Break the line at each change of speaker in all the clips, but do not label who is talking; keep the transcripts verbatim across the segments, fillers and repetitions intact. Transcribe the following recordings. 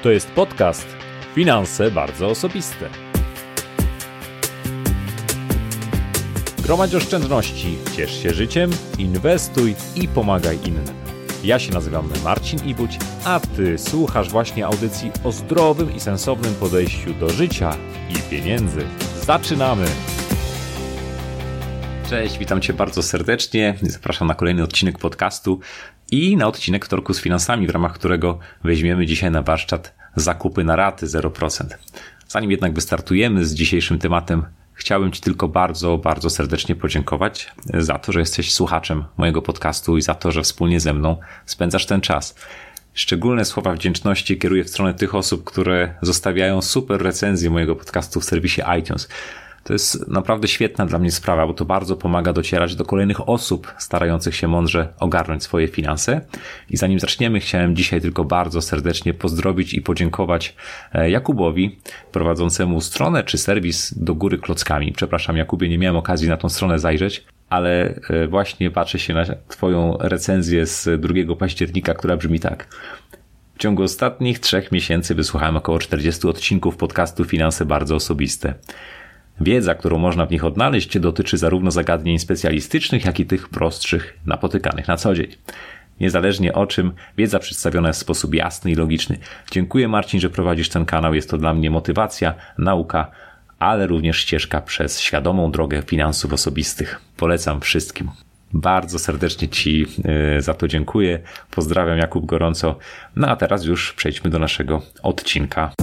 To jest podcast Finanse Bardzo Osobiste. Gromadź oszczędności, ciesz się życiem, inwestuj i pomagaj innym. Ja się nazywam Marcin Ibuć, a Ty słuchasz właśnie audycji o zdrowym i sensownym podejściu do życia i pieniędzy. Zaczynamy! Cześć, witam Cię bardzo serdecznie. Zapraszam na kolejny odcinek podcastu i na odcinek Wtorku z Finansami, w ramach którego weźmiemy dzisiaj na warsztat zakupy na raty zero procent. Zanim jednak wystartujemy z dzisiejszym tematem, chciałbym Ci tylko bardzo, bardzo serdecznie podziękować za to, że jesteś słuchaczem mojego podcastu i za to, że wspólnie ze mną spędzasz ten czas. Szczególne słowa wdzięczności kieruję w stronę tych osób, które zostawiają super recenzje mojego podcastu w serwisie iTunes. To jest naprawdę świetna dla mnie sprawa, bo to bardzo pomaga docierać do kolejnych osób starających się mądrze ogarnąć swoje finanse. I zanim zaczniemy, chciałem dzisiaj tylko bardzo serdecznie pozdrowić i podziękować Jakubowi, prowadzącemu stronę czy serwis Do Góry Klockami. Przepraszam, Jakubie, nie miałem okazji na tą stronę zajrzeć, ale właśnie patrzę się na Twoją recenzję z drugiego października, która brzmi tak. W ciągu ostatnich trzech miesięcy wysłuchałem około czterdziestu odcinków podcastu Finanse Bardzo Osobiste. Wiedza, którą można w nich odnaleźć, dotyczy zarówno zagadnień specjalistycznych, jak i tych prostszych, napotykanych na co dzień. Niezależnie o czym, wiedza przedstawiona jest w sposób jasny i logiczny. Dziękuję, Marcin, że prowadzisz ten kanał. Jest to dla mnie motywacja, nauka, ale również ścieżka przez świadomą drogę finansów osobistych. Polecam wszystkim. Bardzo serdecznie Ci za to dziękuję. Pozdrawiam, Jakub, gorąco. No a teraz już przejdźmy do naszego odcinka.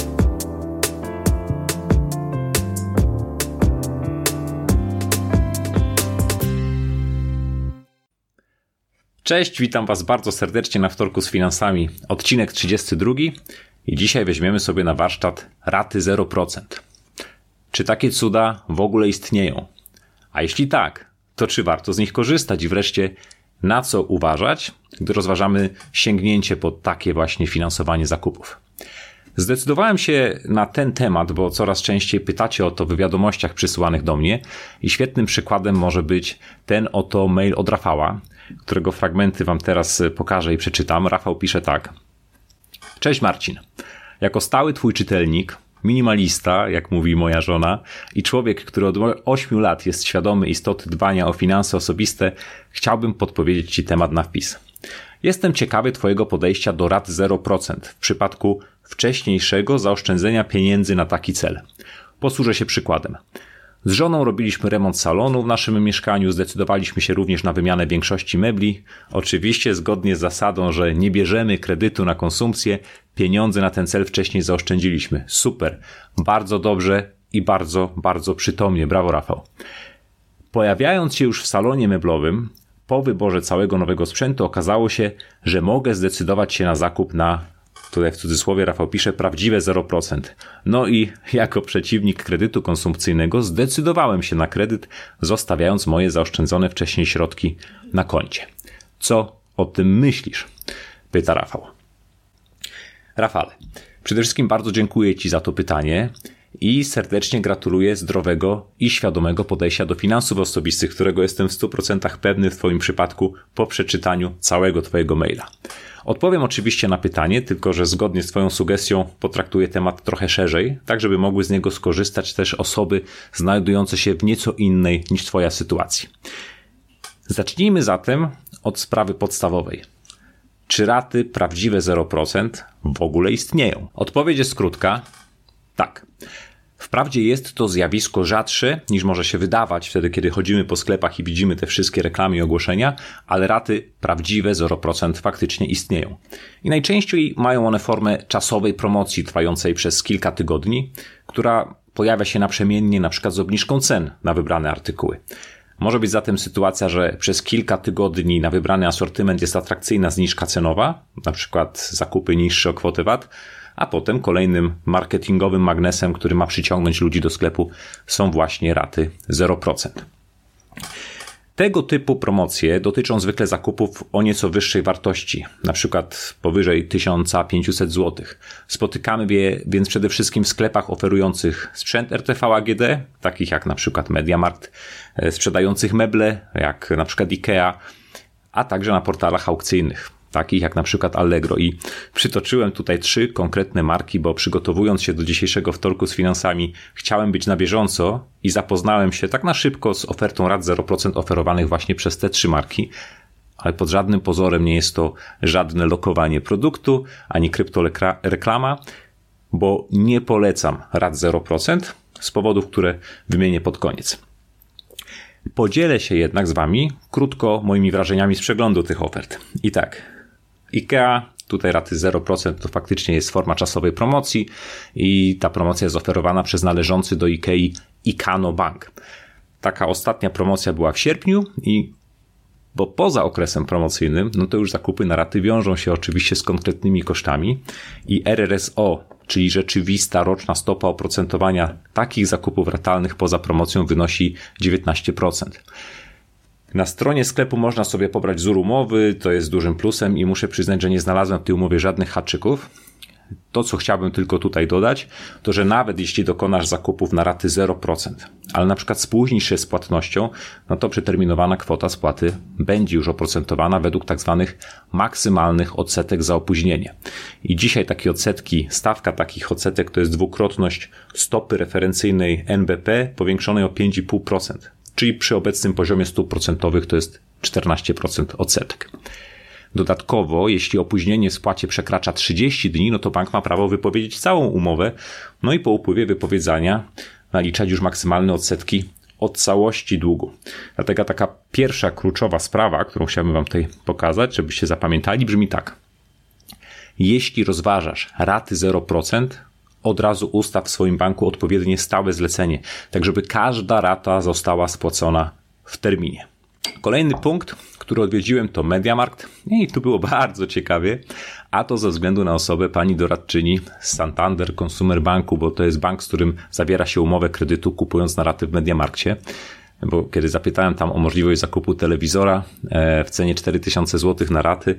Cześć, witam Was bardzo serdecznie na Wtorku z Finansami, odcinek trzydziesty drugi i dzisiaj weźmiemy sobie na warsztat raty zero procent. Czy takie cuda w ogóle istnieją? A jeśli tak, to czy warto z nich korzystać i wreszcie na co uważać, gdy rozważamy sięgnięcie po takie właśnie finansowanie zakupów? Zdecydowałem się na ten temat, bo coraz częściej pytacie o to w wiadomościach przysyłanych do mnie i świetnym przykładem może być ten oto mail od Rafała, którego fragmenty Wam teraz pokażę i przeczytam. Rafał pisze tak. Cześć Marcin. Jako stały Twój czytelnik, minimalista, jak mówi moja żona, i człowiek, który od ośmiu lat jest świadomy istoty dbania o finanse osobiste, chciałbym podpowiedzieć Ci temat na wpis. Jestem ciekawy Twojego podejścia do rat zero procent w przypadku wcześniejszego zaoszczędzenia pieniędzy na taki cel. Posłużę się przykładem. Z żoną robiliśmy remont salonu w naszym mieszkaniu, zdecydowaliśmy się również na wymianę większości mebli. Oczywiście zgodnie z zasadą, że nie bierzemy kredytu na konsumpcję, pieniądze na ten cel wcześniej zaoszczędziliśmy. Super, bardzo dobrze i bardzo, bardzo przytomnie. Brawo, Rafał. Pojawiając się już w salonie meblowym, po wyborze całego nowego sprzętu okazało się, że mogę zdecydować się na zakup na, tutaj w cudzysłowie Rafał pisze, prawdziwe zero procent. No i jako przeciwnik kredytu konsumpcyjnego zdecydowałem się na kredyt, zostawiając moje zaoszczędzone wcześniej środki na koncie. Co o tym myślisz? Pyta Rafał. Rafale, przede wszystkim bardzo dziękuję Ci za to pytanie i serdecznie gratuluję zdrowego i świadomego podejścia do finansów osobistych, którego jestem w stu procentach pewny w Twoim przypadku po przeczytaniu całego Twojego maila. Odpowiem oczywiście na pytanie, tylko że zgodnie z Twoją sugestią potraktuję temat trochę szerzej, tak żeby mogły z niego skorzystać też osoby znajdujące się w nieco innej niż Twoja sytuacji. Zacznijmy zatem od sprawy podstawowej. Czy raty prawdziwe zero procent w ogóle istnieją? Odpowiedź jest krótka. Tak. Wprawdzie jest to zjawisko rzadsze niż może się wydawać wtedy, kiedy chodzimy po sklepach i widzimy te wszystkie reklamy i ogłoszenia, ale raty prawdziwe zero procent faktycznie istnieją. I najczęściej mają one formę czasowej promocji trwającej przez kilka tygodni, która pojawia się naprzemiennie na przykład z obniżką cen na wybrane artykuły. Może być zatem sytuacja, że przez kilka tygodni na wybrany asortyment jest atrakcyjna zniżka cenowa, na przykład zakupy niższe o kwotę V A T, a potem kolejnym marketingowym magnesem, który ma przyciągnąć ludzi do sklepu, są właśnie raty zero procent. Tego typu promocje dotyczą zwykle zakupów o nieco wyższej wartości, na przykład powyżej tysiąc pięćset złotych. Spotykamy je więc przede wszystkim w sklepach oferujących sprzęt R T V A G D, takich jak na przykład MediaMarkt, sprzedających meble, jak na przykład IKEA, a także na portalach aukcyjnych. takich jak na przykład Allegro. I przytoczyłem tutaj trzy konkretne marki, bo przygotowując się do dzisiejszego wtorku z finansami, chciałem być na bieżąco i zapoznałem się tak na szybko z ofertą rat zero procent oferowanych właśnie przez te trzy marki, ale pod żadnym pozorem nie jest to żadne lokowanie produktu, ani kryptoreklama, bo nie polecam rat zero procent z powodów, które wymienię pod koniec. Podzielę się jednak z Wami krótko moimi wrażeniami z przeglądu tych ofert. I tak, IKEA, tutaj raty zero procent to faktycznie jest forma czasowej promocji i ta promocja jest oferowana przez należący do IKEA Ikano Bank. Taka ostatnia promocja była w sierpniu i bo poza okresem promocyjnym, no to już zakupy na raty wiążą się oczywiście z konkretnymi kosztami i R R S O, czyli rzeczywista roczna stopa oprocentowania takich zakupów ratalnych poza promocją wynosi dziewiętnaście procent. Na stronie sklepu można sobie pobrać wzór umowy, to jest dużym plusem i muszę przyznać, że nie znalazłem w tej umowie żadnych haczyków. To, co chciałbym tylko tutaj dodać, to że nawet jeśli dokonasz zakupów na raty zero procent, ale na przykład spóźnisz się z płatnością, no to przeterminowana kwota spłaty będzie już oprocentowana według tak zwanych maksymalnych odsetek za opóźnienie. I dzisiaj takie odsetki, stawka takich odsetek to jest dwukrotność stopy referencyjnej N B P powiększonej o pięć i pół procent, czyli przy obecnym poziomie stóp procentowych to jest czternaście procent odsetek. Dodatkowo, jeśli opóźnienie w spłacie przekracza trzydzieści dni, no to bank ma prawo wypowiedzieć całą umowę, no i po upływie wypowiedzenia naliczać już maksymalne odsetki od całości długu. Dlatego taka pierwsza kluczowa sprawa, którą chciałbym Wam tutaj pokazać, żebyście zapamiętali, brzmi tak. Jeśli rozważasz raty zero procent, od razu ustaw w swoim banku odpowiednie stałe zlecenie, tak żeby każda rata została spłacona w terminie. Kolejny punkt, który odwiedziłem, to MediaMarkt i tu było bardzo ciekawie, a to ze względu na osobę pani doradczyni z Santander Consumer Banku, bo to jest bank, z którym zawiera się umowę kredytu kupując na raty w MediaMarkcie, bo kiedy zapytałem tam o możliwość zakupu telewizora w cenie cztery tysiące złotych na raty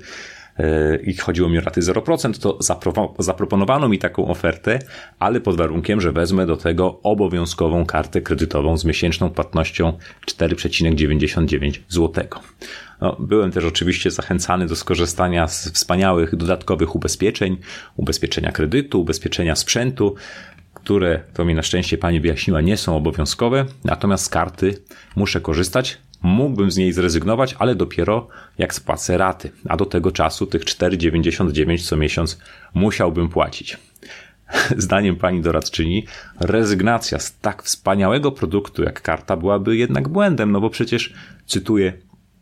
i chodziło mi o raty zero procent, to zaproponowano mi taką ofertę, ale pod warunkiem, że wezmę do tego obowiązkową kartę kredytową z miesięczną płatnością cztery przecinek dziewięćdziesiąt dziewięć złotego. No, byłem też oczywiście zachęcany do skorzystania z wspaniałych dodatkowych ubezpieczeń, ubezpieczenia kredytu, ubezpieczenia sprzętu, które, to mi na szczęście pani wyjaśniła, nie są obowiązkowe, natomiast z karty muszę korzystać. Mógłbym z niej zrezygnować, ale dopiero jak spłacę raty, a do tego czasu tych cztery dziewięćdziesiąt dziewięć co miesiąc musiałbym płacić. Zdaniem pani doradczyni rezygnacja z tak wspaniałego produktu jak karta byłaby jednak błędem, no bo przecież, cytuję,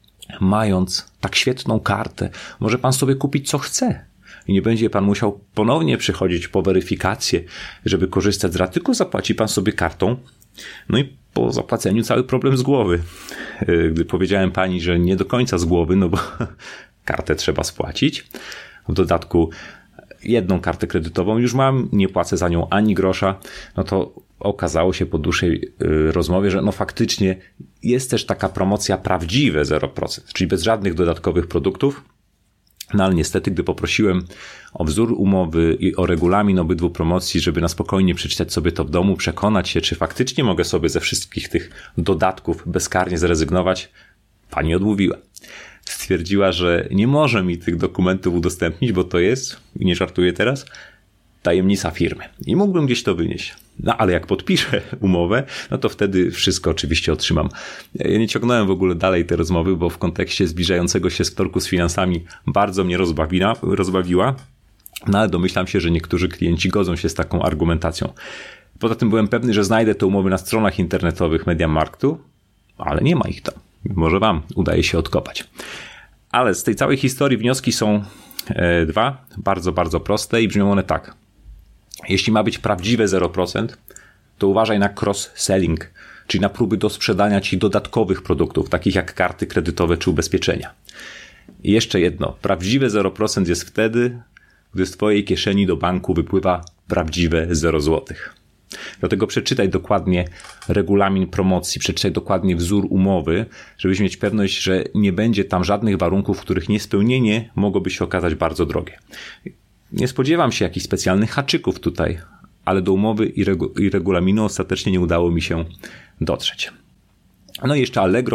mając tak świetną kartę, może pan sobie kupić co chce i nie będzie pan musiał ponownie przychodzić po weryfikację, żeby korzystać z rat, tylko zapłaci pan sobie kartą. No i po zapłaceniu cały problem z głowy. Gdy powiedziałem pani, że nie do końca z głowy, no bo kartę trzeba spłacić. W dodatku jedną kartę kredytową już mam, nie płacę za nią ani grosza, no to okazało się po dłuższej rozmowie, że no faktycznie jest też taka promocja prawdziwe zero procent, czyli bez żadnych dodatkowych produktów. No ale niestety, gdy poprosiłem o wzór umowy i o regulamin obydwu promocji, żeby na spokojnie przeczytać sobie to w domu, przekonać się, czy faktycznie mogę sobie ze wszystkich tych dodatków bezkarnie zrezygnować, pani odmówiła. Stwierdziła, że nie może mi tych dokumentów udostępnić, bo to jest, i nie żartuję teraz, tajemnica firmy. I mógłbym gdzieś to wynieść. No ale jak podpiszę umowę, no to wtedy wszystko oczywiście otrzymam. Ja nie ciągnąłem w ogóle dalej te rozmowy, bo w kontekście zbliżającego się wtorku z finansami bardzo mnie rozbawiła, rozbawiła. No ale domyślam się, że niektórzy klienci godzą się z taką argumentacją. Poza tym byłem pewny, że znajdę te umowy na stronach internetowych MediaMarktu, ale nie ma ich tam. Może wam udaje się odkopać. Ale z tej całej historii wnioski są e, dwa, bardzo, bardzo proste i brzmią one tak. Jeśli ma być prawdziwe zero procent, to uważaj na cross-selling, czyli na próby dosprzedania ci dodatkowych produktów, takich jak karty kredytowe czy ubezpieczenia. I jeszcze jedno, prawdziwe zero procent jest wtedy, gdy z twojej kieszeni do banku wypływa prawdziwe zero złotych. Dlatego przeczytaj dokładnie regulamin promocji, przeczytaj dokładnie wzór umowy, żebyś mieć pewność, że nie będzie tam żadnych warunków, których niespełnienie mogłoby się okazać bardzo drogie. Nie spodziewam się jakichś specjalnych haczyków tutaj, ale do umowy i, regu- i regulaminu ostatecznie nie udało mi się dotrzeć. No i jeszcze Allegro.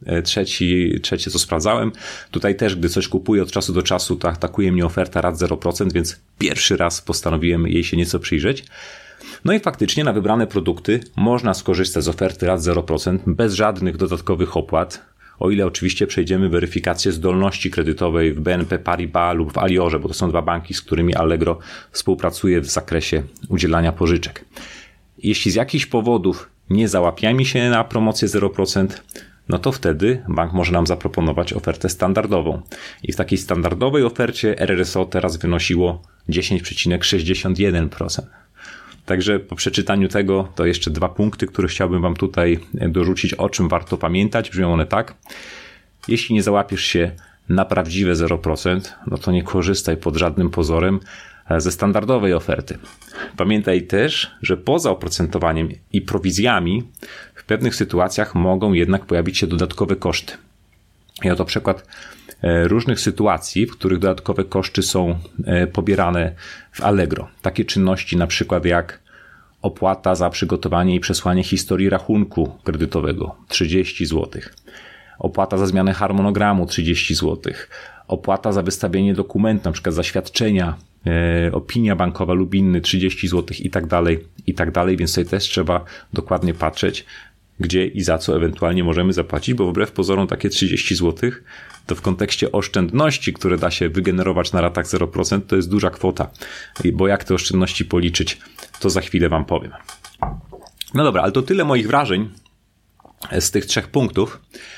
trzeci, trzecie co sprawdzałem. Tutaj też, gdy coś kupuję od czasu do czasu, to atakuje mnie oferta rat zero procent, więc pierwszy raz postanowiłem jej się nieco przyjrzeć. No i faktycznie na wybrane produkty można skorzystać z oferty rat zero procent bez żadnych dodatkowych opłat, o ile oczywiście przejdziemy weryfikację zdolności kredytowej w B N P Paribas lub w Aliorze, bo to są dwa banki, z którymi Allegro współpracuje w zakresie udzielania pożyczek. Jeśli z jakichś powodów nie załapiamy się na promocję zero procent, no to wtedy bank może nam zaproponować ofertę standardową. I w takiej standardowej ofercie R R S O teraz wynosiło dziesięć przecinek sześćdziesiąt jeden procent. Także po przeczytaniu tego to jeszcze dwa punkty, które chciałbym Wam tutaj dorzucić, o czym warto pamiętać. Brzmią one tak. Jeśli nie załapiesz się na prawdziwe zero procent, no to nie korzystaj pod żadnym pozorem ze standardowej oferty. Pamiętaj też, że poza oprocentowaniem i prowizjami w pewnych sytuacjach mogą jednak pojawić się dodatkowe koszty. I oto przykład różnych sytuacji, w których dodatkowe koszty są pobierane w Allegro. Takie czynności na przykład jak opłata za przygotowanie i przesłanie historii rachunku kredytowego trzydzieści złotych, opłata za zmianę harmonogramu trzydzieści złotych, opłata za wystawienie dokumentu, na przykład zaświadczenia, e, opinia bankowa lub inny trzydzieści złotych i tak dalej, i tak dalej, więc tutaj też trzeba dokładnie patrzeć, gdzie i za co ewentualnie możemy zapłacić, bo wbrew pozorom takie trzydzieści złotych to w kontekście oszczędności, które da się wygenerować na ratach zero procent, to jest duża kwota, bo jak te oszczędności policzyć, to za chwilę Wam powiem. No dobra, ale to tyle moich wrażeń z tych trzech punktów.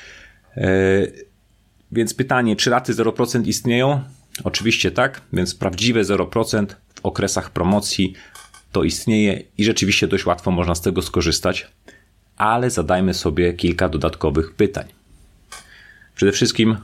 Więc pytanie, czy raty zero procent istnieją? Oczywiście tak, więc prawdziwe zero procent w okresach promocji to istnieje i rzeczywiście dość łatwo można z tego skorzystać, ale zadajmy sobie kilka dodatkowych pytań. Przede wszystkim,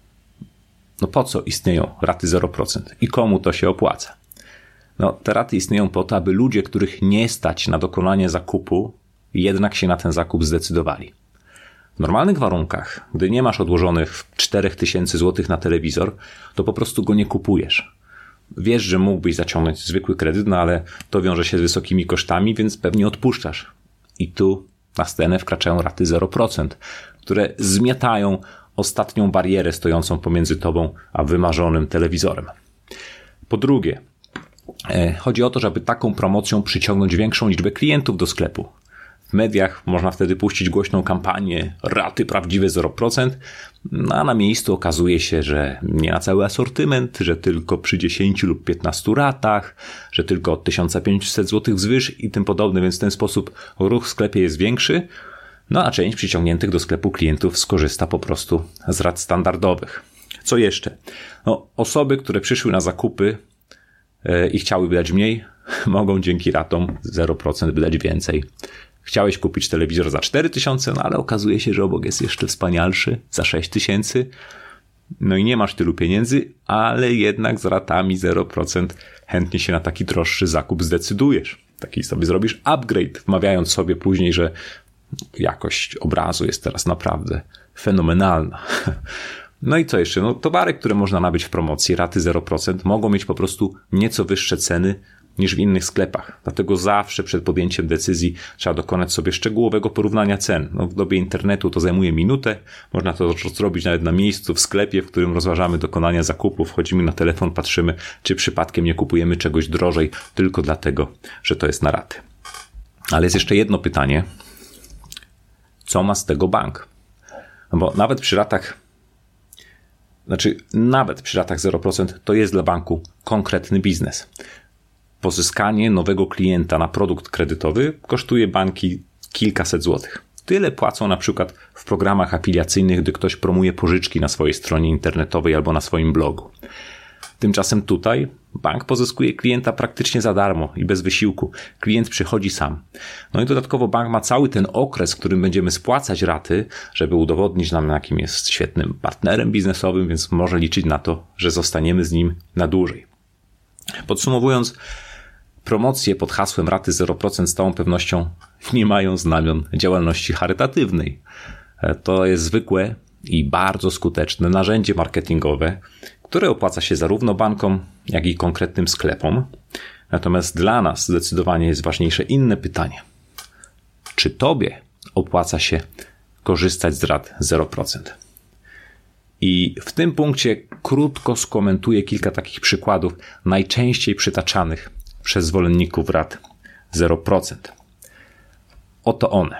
no po co istnieją raty zero procent i komu to się opłaca? No, te raty istnieją po to, aby ludzie, których nie stać na dokonanie zakupu, jednak się na ten zakup zdecydowali. W normalnych warunkach, gdy nie masz odłożonych cztery tysiące złotych na telewizor, to po prostu go nie kupujesz. Wiesz, że mógłbyś zaciągnąć zwykły kredyt, no ale to wiąże się z wysokimi kosztami, więc pewnie odpuszczasz. I tu na scenę wkraczają raty zero procent, które zmiatają ostatnią barierę stojącą pomiędzy tobą a wymarzonym telewizorem. Po drugie, chodzi o to, żeby taką promocją przyciągnąć większą liczbę klientów do sklepu. W mediach można wtedy puścić głośną kampanię raty prawdziwe zero procent, no a na miejscu okazuje się, że nie na cały asortyment, że tylko przy dziesięciu lub piętnastu ratach, że tylko od tysiąc pięćset złotych wzwyż i tym podobne, więc w ten sposób ruch w sklepie jest większy, no a część przyciągniętych do sklepu klientów skorzysta po prostu z rat standardowych. Co jeszcze? No, osoby, które przyszły na zakupy yy, i chciały wydać mniej, mogą dzięki ratom zero procent wydać więcej. Chciałeś kupić telewizor za cztery tysiące, no ale okazuje się, że obok jest jeszcze wspanialszy za sześć tysięcy. No i nie masz tylu pieniędzy, ale jednak z ratami zero procent chętnie się na taki droższy zakup zdecydujesz. Taki sobie zrobisz upgrade, wmawiając sobie później, że jakość obrazu jest teraz naprawdę fenomenalna. No i co jeszcze? No towary, które można nabyć w promocji, raty zero procent, mogą mieć po prostu nieco wyższe ceny niż w innych sklepach. Dlatego zawsze przed podjęciem decyzji trzeba dokonać sobie szczegółowego porównania cen. No, w dobie internetu to zajmuje minutę. Można to zrobić nawet na miejscu, w sklepie, w którym rozważamy dokonania zakupu. Wchodzimy na telefon, patrzymy, czy przypadkiem nie kupujemy czegoś drożej tylko dlatego, że to jest na raty. Ale jest jeszcze jedno pytanie. Co ma z tego bank? No bo nawet przy ratach Znaczy, nawet przy ratach zero procent to jest dla banku konkretny biznes. Pozyskanie nowego klienta na produkt kredytowy kosztuje banki kilkaset złotych. Tyle płacą na przykład w programach afiliacyjnych, gdy ktoś promuje pożyczki na swojej stronie internetowej albo na swoim blogu. Tymczasem tutaj bank pozyskuje klienta praktycznie za darmo i bez wysiłku. Klient przychodzi sam. No i dodatkowo bank ma cały ten okres, w którym będziemy spłacać raty, żeby udowodnić nam, jakim jest świetnym partnerem biznesowym, więc może liczyć na to, że zostaniemy z nim na dłużej. Podsumowując, promocje pod hasłem raty zero procent z całą pewnością nie mają znamion działalności charytatywnej. To jest zwykłe i bardzo skuteczne narzędzie marketingowe, które opłaca się zarówno bankom, jak i konkretnym sklepom. Natomiast dla nas zdecydowanie jest ważniejsze inne pytanie. Czy tobie opłaca się korzystać z rat zero procent. I w tym punkcie krótko skomentuję kilka takich przykładów najczęściej przytaczanych przez zwolenników rat zero procent. Oto one.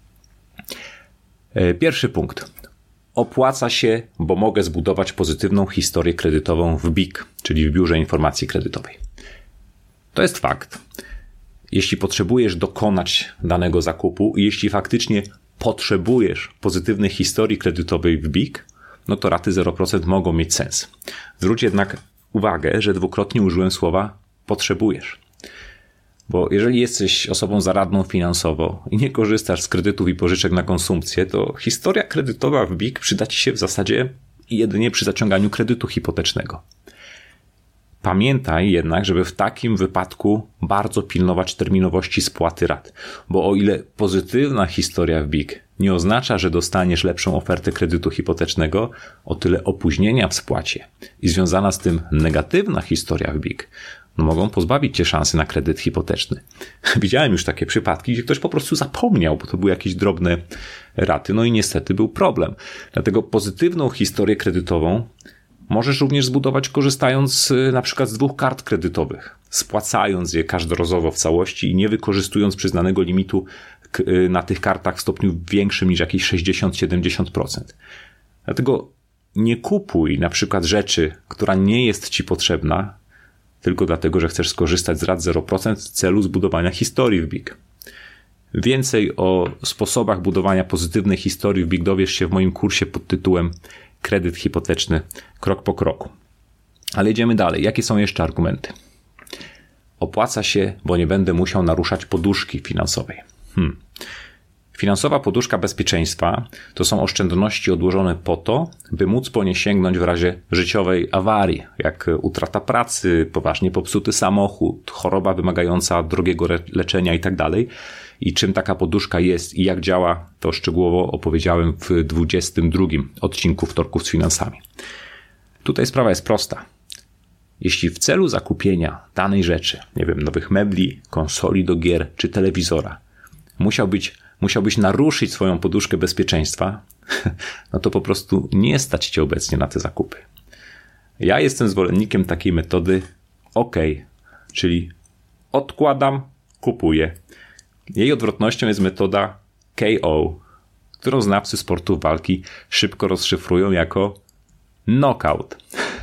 Pierwszy punkt. Opłaca się, bo mogę zbudować pozytywną historię kredytową w B I K, czyli w Biurze Informacji Kredytowej. To jest fakt. Jeśli potrzebujesz dokonać danego zakupu i jeśli faktycznie potrzebujesz pozytywnej historii kredytowej w B I K, no to raty zero procent mogą mieć sens. Zwróć jednak uwagę, że dwukrotnie użyłem słowa potrzebujesz. Bo jeżeli jesteś osobą zaradną finansowo i nie korzystasz z kredytów i pożyczek na konsumpcję, to historia kredytowa w B I K przyda ci się w zasadzie jedynie przy zaciąganiu kredytu hipotecznego. Pamiętaj jednak, żeby w takim wypadku bardzo pilnować terminowości spłaty rat, bo o ile pozytywna historia w B I K nie oznacza, że dostaniesz lepszą ofertę kredytu hipotecznego, o tyle opóźnienia w spłacie i związana z tym negatywna historia w B I K no mogą pozbawić cię szansy na kredyt hipoteczny. Widziałem już takie przypadki, gdzie ktoś po prostu zapomniał, bo to były jakieś drobne raty, no i niestety był problem. Dlatego pozytywną historię kredytową możesz również zbudować korzystając na przykład z dwóch kart kredytowych, spłacając je każdorazowo w całości i nie wykorzystując przyznanego limitu na tych kartach w stopniu większym niż jakieś sześćdziesiąt do siedemdziesięciu procent. Dlatego nie kupuj na przykład rzeczy, która nie jest ci potrzebna, tylko dlatego, że chcesz skorzystać z rat zero procent w celu zbudowania historii w B I K. Więcej o sposobach budowania pozytywnej historii w B I K dowiesz się w moim kursie pod tytułem Kredyt hipoteczny krok po kroku. Ale idziemy dalej. Jakie są jeszcze argumenty? Opłaca się, bo nie będę musiał naruszać poduszki finansowej. Hmm. Finansowa poduszka bezpieczeństwa to są oszczędności odłożone po to, by móc po nie sięgnąć w razie życiowej awarii, jak utrata pracy, poważnie popsuty samochód, choroba wymagająca drogiego leczenia itd. I czym taka poduszka jest i jak działa, to szczegółowo opowiedziałem w dwudziestym drugim odcinku Wtorków z Finansami. Tutaj sprawa jest prosta. Jeśli w celu zakupienia danej rzeczy, nie wiem, nowych mebli, konsoli do gier czy telewizora, musiał być, musiałbyś naruszyć swoją poduszkę bezpieczeństwa, no to po prostu nie stać cię obecnie na te zakupy. Ja jestem zwolennikiem takiej metody OK, czyli odkładam, kupuję. Jej odwrotnością jest metoda K O, którą znawcy sportów walki szybko rozszyfrują jako knockout.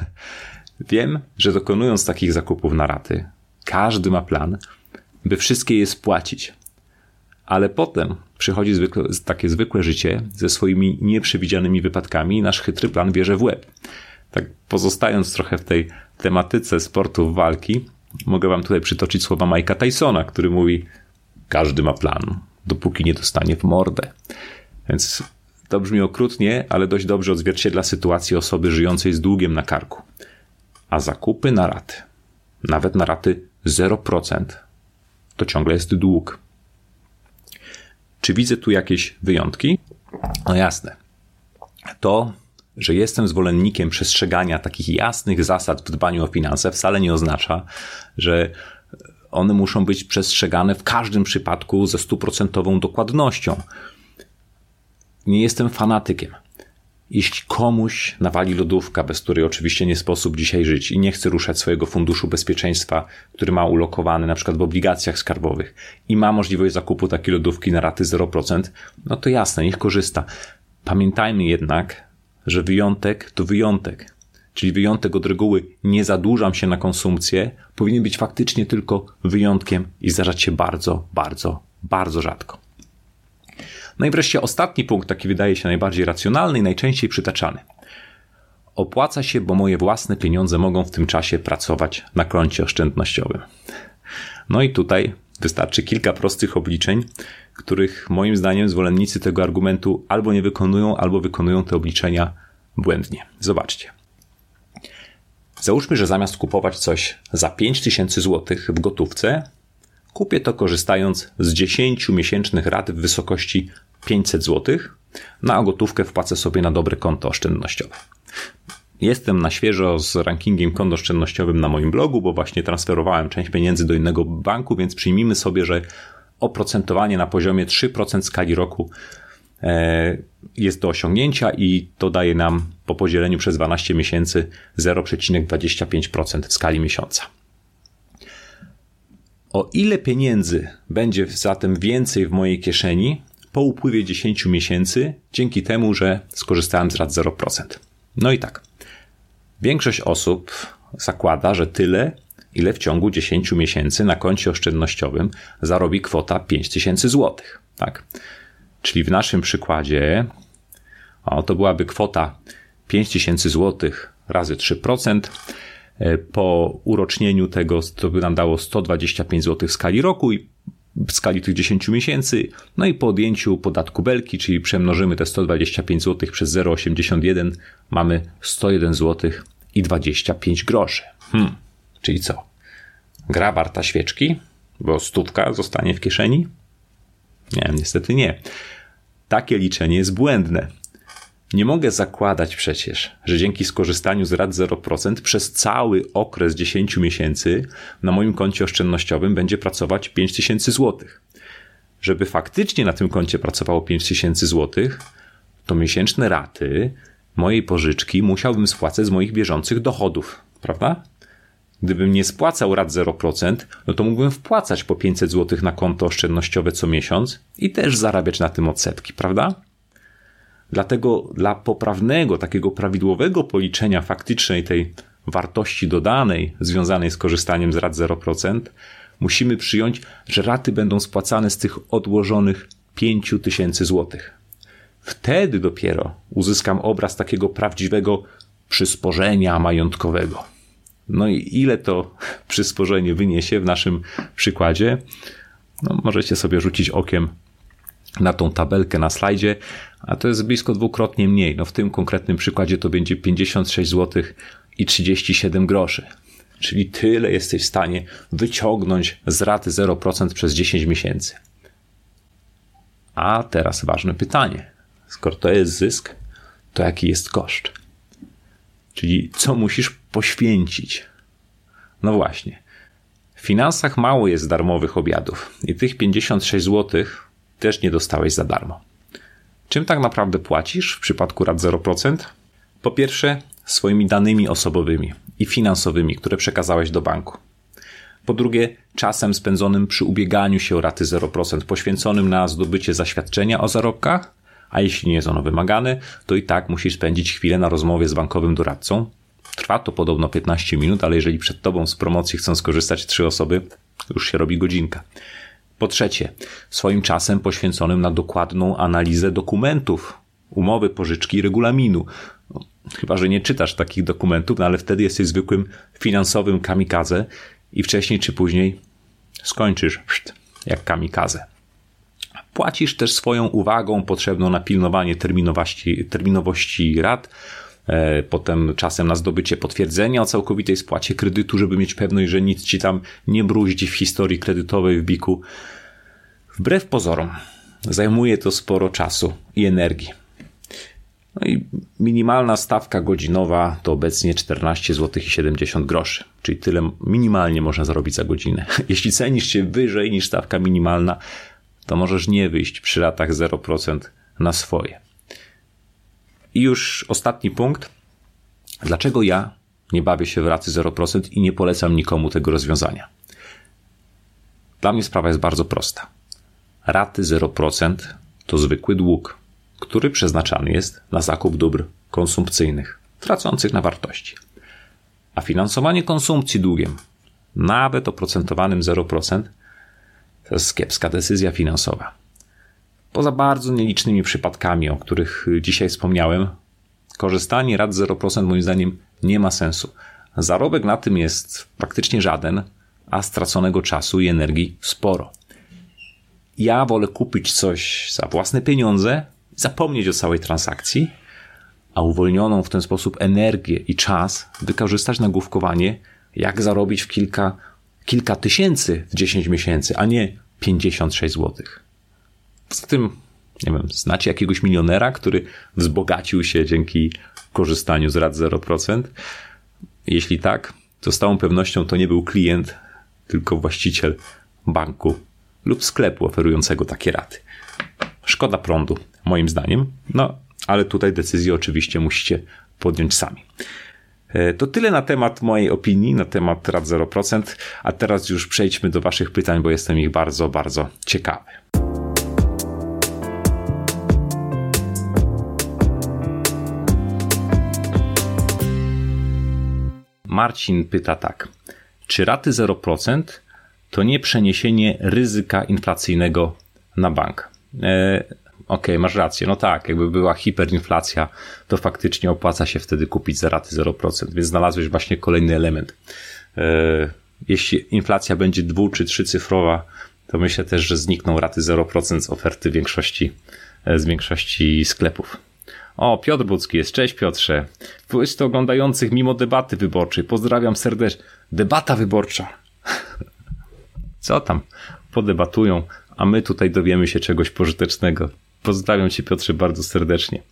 Wiem, że dokonując takich zakupów na raty, każdy ma plan, by wszystkie je spłacić. Ale potem przychodzi zwykle, takie zwykłe życie ze swoimi nieprzewidzianymi wypadkami i nasz chytry plan bierze w łeb. Tak pozostając trochę w tej tematyce sportów walki, mogę wam tutaj przytoczyć słowa Mike'a Tysona, który mówi: każdy ma plan, dopóki nie dostanie w mordę. Więc to brzmi okrutnie, ale dość dobrze odzwierciedla sytuację osoby żyjącej z długiem na karku. A zakupy na raty, nawet na raty zero procent, to ciągle jest dług. Czy widzę tu jakieś wyjątki? No jasne. To, że jestem zwolennikiem przestrzegania takich jasnych zasad w dbaniu o finanse, wcale nie oznacza, że one muszą być przestrzegane w każdym przypadku ze stuprocentową dokładnością. Nie jestem fanatykiem. Jeśli komuś nawali lodówka, bez której oczywiście nie sposób dzisiaj żyć i nie chce ruszać swojego funduszu bezpieczeństwa, który ma ulokowany na przykład w obligacjach skarbowych i ma możliwość zakupu takiej lodówki na raty zero procent, no to jasne, niech korzysta. Pamiętajmy jednak, że wyjątek to wyjątek. Czyli wyjątek od reguły nie zadłużam się na konsumpcję, powinien być faktycznie tylko wyjątkiem i zdarzać się bardzo, bardzo, bardzo rzadko. No i wreszcie ostatni punkt, taki wydaje się najbardziej racjonalny i najczęściej przytaczany. Opłaca się, bo moje własne pieniądze mogą w tym czasie pracować na koncie oszczędnościowym. No i tutaj wystarczy kilka prostych obliczeń, których moim zdaniem zwolennicy tego argumentu albo nie wykonują, albo wykonują te obliczenia błędnie. Zobaczcie. Załóżmy, że zamiast kupować coś za pięć tysięcy złotych w gotówce, kupię to korzystając z dziesięciu miesięcznych rat w wysokości pięćset złotych, no a gotówkę wpłacę sobie na dobre konto oszczędnościowe. Jestem na świeżo z rankingiem kont oszczędnościowym na moim blogu, bo właśnie transferowałem część pieniędzy do innego banku, więc przyjmijmy sobie, że oprocentowanie na poziomie trzy procent skali roku jest do osiągnięcia i to daje nam po podzieleniu przez dwanaście miesięcy zero przecinek dwadzieścia pięć procent w skali miesiąca. O ile pieniędzy będzie zatem więcej w mojej kieszeni po upływie dziesięciu miesięcy dzięki temu, że skorzystałem z rat zero procent? No i tak. Większość osób zakłada, że tyle, ile w ciągu dziesięciu miesięcy na koncie oszczędnościowym zarobi kwota pięć tysięcy złotych. Tak? Czyli w naszym przykładzie o, to byłaby kwota pięć tysięcy złotych razy trzy procent. Po urocznieniu tego to by nam dało sto dwadzieścia pięć złotych w skali roku i w skali tych dziesięciu miesięcy. No i po odjęciu podatku belki, czyli przemnożymy te sto dwadzieścia pięć złotych przez zero przecinek osiemdziesiąt jeden, mamy sto jeden złotych i dwadzieścia pięć groszy. Hmm. Czyli co? Gra warta świeczki? Bo stówka zostanie w kieszeni? Nie, niestety nie. Takie liczenie jest błędne. Nie mogę zakładać przecież, że dzięki skorzystaniu z rat zero procent przez cały okres dziesięciu miesięcy na moim koncie oszczędnościowym będzie pracować pięć tysięcy złotych. Żeby faktycznie na tym koncie pracowało pięć tysięcy złotych, to miesięczne raty mojej pożyczki musiałbym spłacać z moich bieżących dochodów, prawda? Gdybym nie spłacał rat zero procent, no to mógłbym wpłacać po pięćset złotych na konto oszczędnościowe co miesiąc i też zarabiać na tym odsetki, prawda? Dlatego dla poprawnego, takiego prawidłowego policzenia faktycznej tej wartości dodanej związanej z korzystaniem z rat zero procent musimy przyjąć, że raty będą spłacane z tych odłożonych pięć tysięcy złotych. Wtedy dopiero uzyskam obraz takiego prawdziwego przysporzenia majątkowego. No i ile to przysporzenie wyniesie w naszym przykładzie? No, możecie sobie rzucić okiem na tą tabelkę na slajdzie, a to jest blisko dwukrotnie mniej. No w tym konkretnym przykładzie to będzie pięćdziesiąt sześć złotych i trzydzieści siedem groszy. Czyli tyle jesteś w stanie wyciągnąć z raty zero procent przez dziesięć miesięcy. A teraz ważne pytanie. Skoro to jest zysk, to jaki jest koszt? Czyli co musisz poświęcić? No właśnie. W finansach mało jest darmowych obiadów i tych pięćdziesiąt sześć złotych też nie dostałeś za darmo. Czym tak naprawdę płacisz w przypadku rat zero procent? Po pierwsze, swoimi danymi osobowymi i finansowymi, które przekazałeś do banku. Po drugie, czasem spędzonym przy ubieganiu się o raty zero procent, poświęconym na zdobycie zaświadczenia o zarobkach, a jeśli nie jest ono wymagane, to i tak musisz spędzić chwilę na rozmowie z bankowym doradcą. Trwa to podobno piętnaście minut, ale jeżeli przed tobą z promocji chcą skorzystać trzy osoby, już się robi godzinka. Po trzecie, swoim czasem poświęconym na dokładną analizę dokumentów, umowy, pożyczki i regulaminu. No, chyba że nie czytasz takich dokumentów, no ale wtedy jesteś zwykłym finansowym kamikaze i wcześniej czy później skończysz jak kamikaze. Płacisz też swoją uwagą potrzebną na pilnowanie terminowości, terminowości rat, e, potem czasem na zdobycie potwierdzenia o całkowitej spłacie kredytu, żeby mieć pewność, że nic ci tam nie bruździ w historii kredytowej w biku. Wbrew pozorom zajmuje to sporo czasu i energii. No i minimalna stawka godzinowa to obecnie czternaście złotych i siedemdziesiąt groszy, czyli tyle minimalnie można zarobić za godzinę. Jeśli cenisz się wyżej niż stawka minimalna, to możesz nie wyjść przy ratach zero procent na swoje. I już ostatni punkt. Dlaczego ja nie bawię się w raty zero procent i nie polecam nikomu tego rozwiązania? Dla mnie sprawa jest bardzo prosta. Raty zero procent to zwykły dług, który przeznaczany jest na zakup dóbr konsumpcyjnych, tracących na wartości. A finansowanie konsumpcji długiem, nawet oprocentowanym zero procent, to jest kiepska decyzja finansowa. Poza bardzo nielicznymi przypadkami, o których dzisiaj wspomniałem, korzystanie rat zero procent moim zdaniem nie ma sensu. Zarobek na tym jest praktycznie żaden, a straconego czasu i energii sporo. Ja wolę kupić coś za własne pieniądze, zapomnieć o całej transakcji, a uwolnioną w ten sposób energię i czas wykorzystać na główkowanie, jak zarobić w kilka, kilka tysięcy w dziesięć miesięcy, a nie pięćdziesiąt sześć złotych. Poza tym, nie wiem, znacie jakiegoś milionera, który wzbogacił się dzięki korzystaniu z rat zero procent? Jeśli tak, to z całą pewnością to nie był klient, tylko właściciel banku lub sklepu oferującego takie raty. Szkoda prądu. moim zdaniem. No, ale tutaj decyzję oczywiście musicie podjąć sami. To tyle na temat mojej opinii, na temat rat zero procent, a teraz już przejdźmy do waszych pytań, bo jestem ich bardzo, bardzo ciekawy. Marcin pyta tak. Czy raty zero procent to nie przeniesienie ryzyka inflacyjnego na bank? E, Okej, okay, masz rację. No tak, jakby była hiperinflacja, to faktycznie opłaca się wtedy kupić za raty zero procent, więc znalazłeś właśnie kolejny element. E, jeśli inflacja będzie dwu czy trzycyfrowa, to myślę też, że znikną raty zero procent z oferty większości, z większości sklepów. O, Piotr Budzki jest. Cześć Piotrze. Wszyscy oglądających mimo debaty wyborczej. Pozdrawiam serdecznie. Debata wyborcza. Co tam? Podebatują, a my tutaj dowiemy się czegoś pożytecznego. Pozdrawiam Cię Piotrze bardzo serdecznie.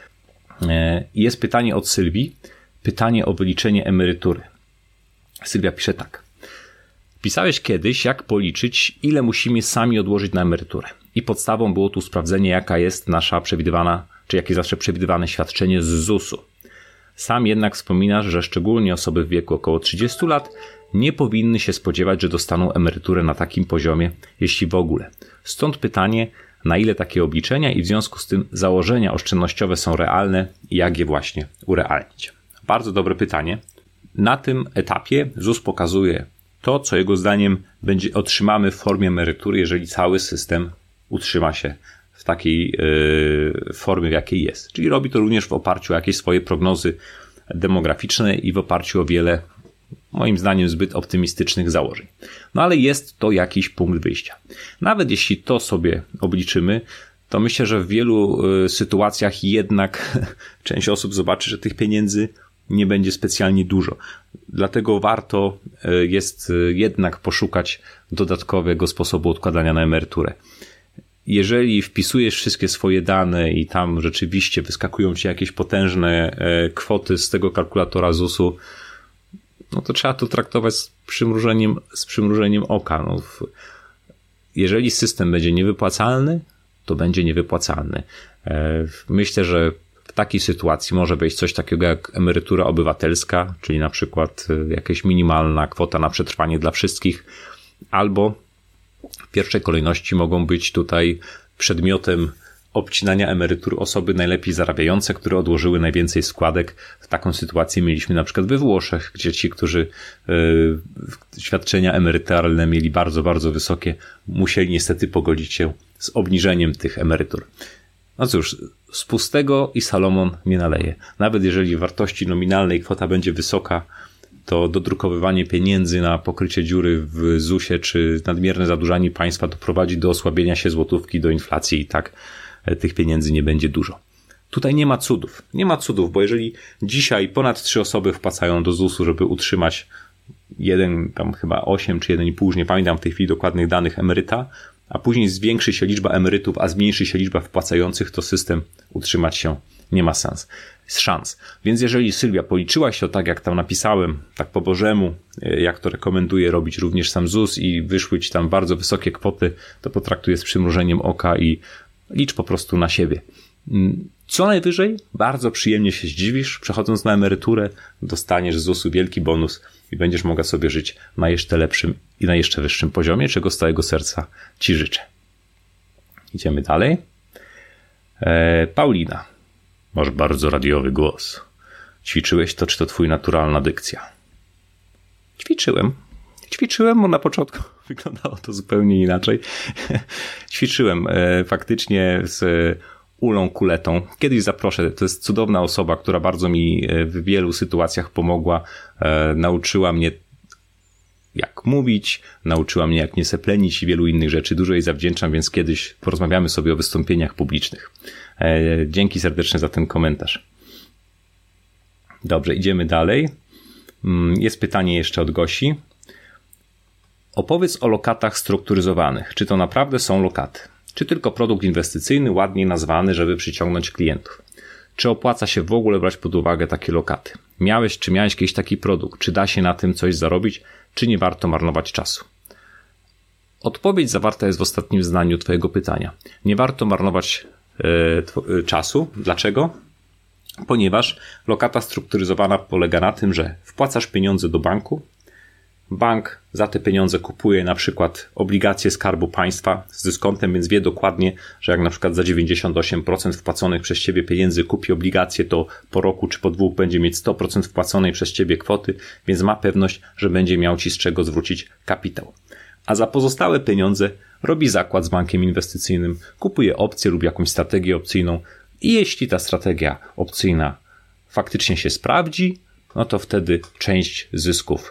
Jest pytanie od Sylwii. Pytanie o wyliczenie emerytury. Sylwia pisze tak. Pisałeś kiedyś, jak policzyć, ile musimy sami odłożyć na emeryturę. I podstawą było tu sprawdzenie, jaka jest nasza przewidywana, czy jakie zawsze przewidywane świadczenie z zusu. Sam jednak wspominasz, że szczególnie osoby w wieku około trzydziestu lat nie powinny się spodziewać, że dostaną emeryturę na takim poziomie, jeśli w ogóle. Stąd pytanie, na ile takie obliczenia i w związku z tym założenia oszczędnościowe są realne i jak je właśnie urealnić. Bardzo dobre pytanie. Na tym etapie ZUS pokazuje to, co jego zdaniem będzie otrzymamy w formie emerytury, jeżeli cały system utrzyma się w takiej yy, formie, w jakiej jest. Czyli robi to również w oparciu o jakieś swoje prognozy demograficzne i w oparciu o wiele, moim zdaniem, zbyt optymistycznych założeń. No ale jest to jakiś punkt wyjścia. Nawet jeśli to sobie obliczymy, to myślę, że w wielu yy, sytuacjach jednak część osób zobaczy, że tych pieniędzy nie będzie specjalnie dużo. Dlatego warto jest jednak poszukać dodatkowego sposobu odkładania na emeryturę. Jeżeli wpisujesz wszystkie swoje dane i tam rzeczywiście wyskakują ci jakieś potężne kwoty z tego kalkulatora zusu, no to trzeba to traktować z przymrużeniem, z przymrużeniem oka. No, jeżeli system będzie niewypłacalny, to będzie niewypłacalny. Myślę, że w takiej sytuacji może wejść coś takiego jak emerytura obywatelska, czyli na przykład jakaś minimalna kwota na przetrwanie dla wszystkich, albo w pierwszej kolejności mogą być tutaj przedmiotem obcinania emerytur osoby najlepiej zarabiające, które odłożyły najwięcej składek. W taką sytuację mieliśmy na przykład we Włoszech, gdzie ci, którzy y, świadczenia emerytalne mieli bardzo, bardzo wysokie, musieli niestety pogodzić się z obniżeniem tych emerytur. No cóż, z pustego i Salomon nie naleje. Nawet jeżeli w wartości nominalnej kwota będzie wysoka, to dodrukowywanie pieniędzy na pokrycie dziury w zusie czy nadmierne zadłużanie państwa doprowadzi do osłabienia się złotówki, do inflacji i tak tych pieniędzy nie będzie dużo. Tutaj nie ma cudów. Nie ma cudów, bo jeżeli dzisiaj ponad trzy osoby wpłacają do zusu, żeby utrzymać jeden, tam chyba osiem czy jeden i pół, nie pamiętam w tej chwili dokładnych danych emeryta, a później zwiększy się liczba emerytów, a zmniejszy się liczba wpłacających, to system utrzymać się nie ma sens. szans. Więc jeżeli Sylwia policzyłaś to tak, jak tam napisałem, tak po bożemu, jak to rekomenduje robić również sam ZUS i wyszły ci tam bardzo wysokie kwoty, to potraktuję z przymrużeniem oka i licz po prostu na siebie. Co najwyżej bardzo przyjemnie się zdziwisz, przechodząc na emeryturę, dostaniesz z zusu wielki bonus i będziesz mogła sobie żyć na jeszcze lepszym i na jeszcze wyższym poziomie, czego z całego serca ci życzę. Idziemy dalej. E, Paulina. Masz bardzo radiowy głos. Ćwiczyłeś to, czy to twój naturalna dykcja? Ćwiczyłem. Ćwiczyłem, bo na początku wyglądało to zupełnie inaczej. Ćwiczyłem e, faktycznie z Ulą Kuletą. Kiedyś zaproszę, to jest cudowna osoba, która bardzo mi w wielu sytuacjach pomogła. E, nauczyła mnie jak mówić, nauczyła mnie jak nie seplenić i wielu innych rzeczy. Dużo jej zawdzięczam, więc kiedyś porozmawiamy sobie o wystąpieniach publicznych. E, dzięki serdecznie za ten komentarz. Dobrze, idziemy dalej. Jest pytanie jeszcze od Gosi. Opowiedz o lokatach strukturyzowanych. Czy to naprawdę są lokaty? Czy tylko produkt inwestycyjny ładnie nazwany, żeby przyciągnąć klientów? Czy opłaca się w ogóle brać pod uwagę takie lokaty? Miałeś czy miałeś kiedyś taki produkt? Czy da się na tym coś zarobić? Czy nie warto marnować czasu? Odpowiedź zawarta jest w ostatnim zdaniu twojego pytania. Nie warto marnować yy, czasu. Dlaczego? Ponieważ lokata strukturyzowana polega na tym, że wpłacasz pieniądze do banku, bank za te pieniądze kupuje na przykład obligacje Skarbu Państwa z dyskontem, więc wie dokładnie, że jak na przykład za dziewięćdziesiąt osiem procent wpłaconych przez Ciebie pieniędzy kupi obligacje, to po roku czy po dwóch będzie mieć sto procent wpłaconej przez Ciebie kwoty, więc ma pewność, że będzie miał Ci z czego zwrócić kapitał. A za pozostałe pieniądze robi zakład z bankiem inwestycyjnym, kupuje opcje lub jakąś strategię opcyjną i jeśli ta strategia opcyjna faktycznie się sprawdzi, no to wtedy część zysków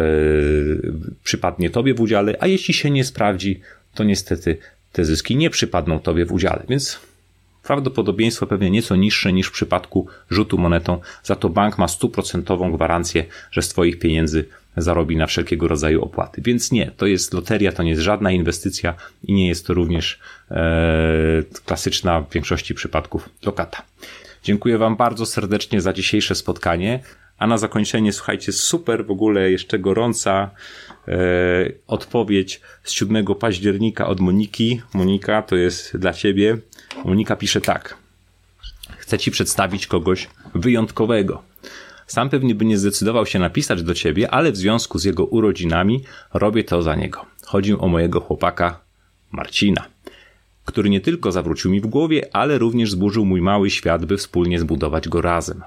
Yy, przypadnie Tobie w udziale, a jeśli się nie sprawdzi, to niestety te zyski nie przypadną Tobie w udziale, więc prawdopodobieństwo pewnie nieco niższe niż w przypadku rzutu monetą, za to bank ma stuprocentową gwarancję, że z Twoich pieniędzy zarobi na wszelkiego rodzaju opłaty, więc nie, to jest loteria, to nie jest żadna inwestycja i nie jest to również e, klasyczna w większości przypadków lokata. Dziękuję Wam bardzo serdecznie za dzisiejsze spotkanie. A na zakończenie, słuchajcie, super w ogóle jeszcze gorąca e, odpowiedź z siódmego października od Moniki. Monika, to jest dla Ciebie. Monika pisze tak. Chcę Ci przedstawić kogoś wyjątkowego. Sam pewnie by nie zdecydował się napisać do Ciebie, ale w związku z jego urodzinami robię to za niego. Chodzi o mojego chłopaka Marcina, który nie tylko zawrócił mi w głowie, ale również zburzył mój mały świat, by wspólnie zbudować go razem.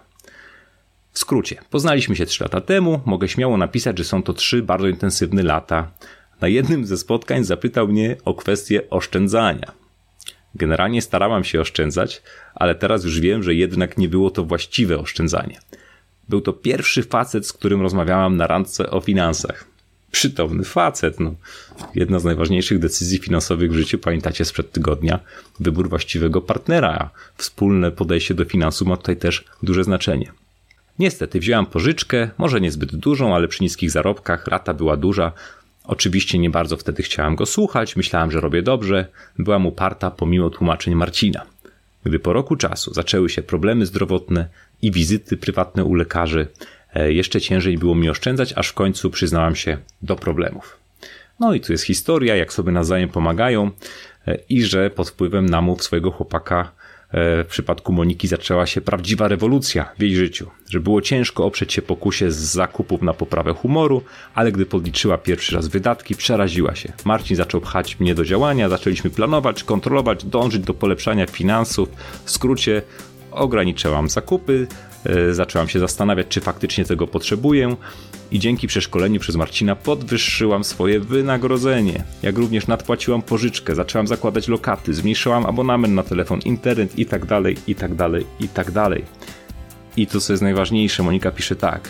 W skrócie, poznaliśmy się trzy lata temu, mogę śmiało napisać, że są to trzy bardzo intensywne lata. Na jednym ze spotkań zapytał mnie o kwestię oszczędzania. Generalnie starałam się oszczędzać, ale teraz już wiem, że jednak nie było to właściwe oszczędzanie. Był to pierwszy facet, z którym rozmawiałam na randce o finansach. Przytomny facet, no. Jedna z najważniejszych decyzji finansowych w życiu, pamiętacie sprzed tygodnia, wybór właściwego partnera, a wspólne podejście do finansu ma tutaj też duże znaczenie. Niestety wziąłem pożyczkę, może niezbyt dużą, ale przy niskich zarobkach, rata była duża. Oczywiście nie bardzo wtedy chciałem go słuchać, myślałem, że robię dobrze, byłam uparta pomimo tłumaczeń Marcina. Gdy po roku czasu zaczęły się problemy zdrowotne i wizyty prywatne u lekarzy, jeszcze ciężej było mi oszczędzać, aż w końcu przyznałam się do problemów. No i tu jest historia, jak sobie nawzajem pomagają i że pod wpływem namów swojego chłopaka w przypadku Moniki zaczęła się prawdziwa rewolucja w jej życiu, że było ciężko oprzeć się pokusie z zakupów na poprawę humoru, ale gdy podliczyła pierwszy raz wydatki, przeraziła się. Marcin zaczął pchać mnie do działania, zaczęliśmy planować, kontrolować, dążyć do polepszania finansów. W skrócie ograniczyłam zakupy, zaczęłam się zastanawiać, czy faktycznie tego potrzebuję i dzięki przeszkoleniu przez Marcina podwyższyłam swoje wynagrodzenie. Jak również nadpłaciłam pożyczkę, zaczęłam zakładać lokaty, zmniejszyłam abonament na telefon, internet i tak dalej, i tak dalej, i tak dalej. I to, co jest najważniejsze, Monika pisze tak.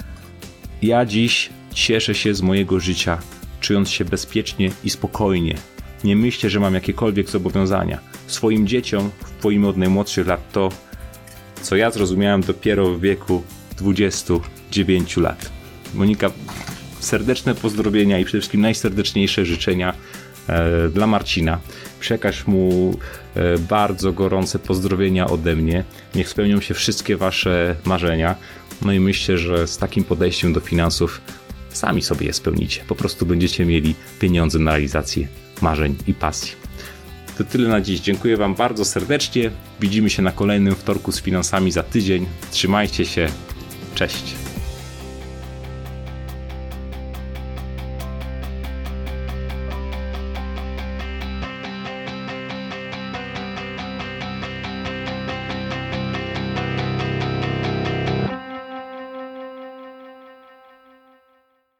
Ja dziś cieszę się z mojego życia, czując się bezpiecznie i spokojnie. Nie myślę, że mam jakiekolwiek zobowiązania. Swoim dzieciom wpoimy od najmłodszych lat to, co ja zrozumiałem dopiero w wieku dwudziestu dziewięciu lat. Monika, serdeczne pozdrowienia i przede wszystkim najserdeczniejsze życzenia e, dla Marcina. Przekaż mu e, bardzo gorące pozdrowienia ode mnie. Niech spełnią się wszystkie wasze marzenia. No i myślę, że z takim podejściem do finansów sami sobie je spełnicie. Po prostu będziecie mieli pieniądze na realizację marzeń i pasji. To tyle na dziś. Dziękuję Wam bardzo serdecznie. Widzimy się na kolejnym wtorku z finansami za tydzień. Trzymajcie się. Cześć.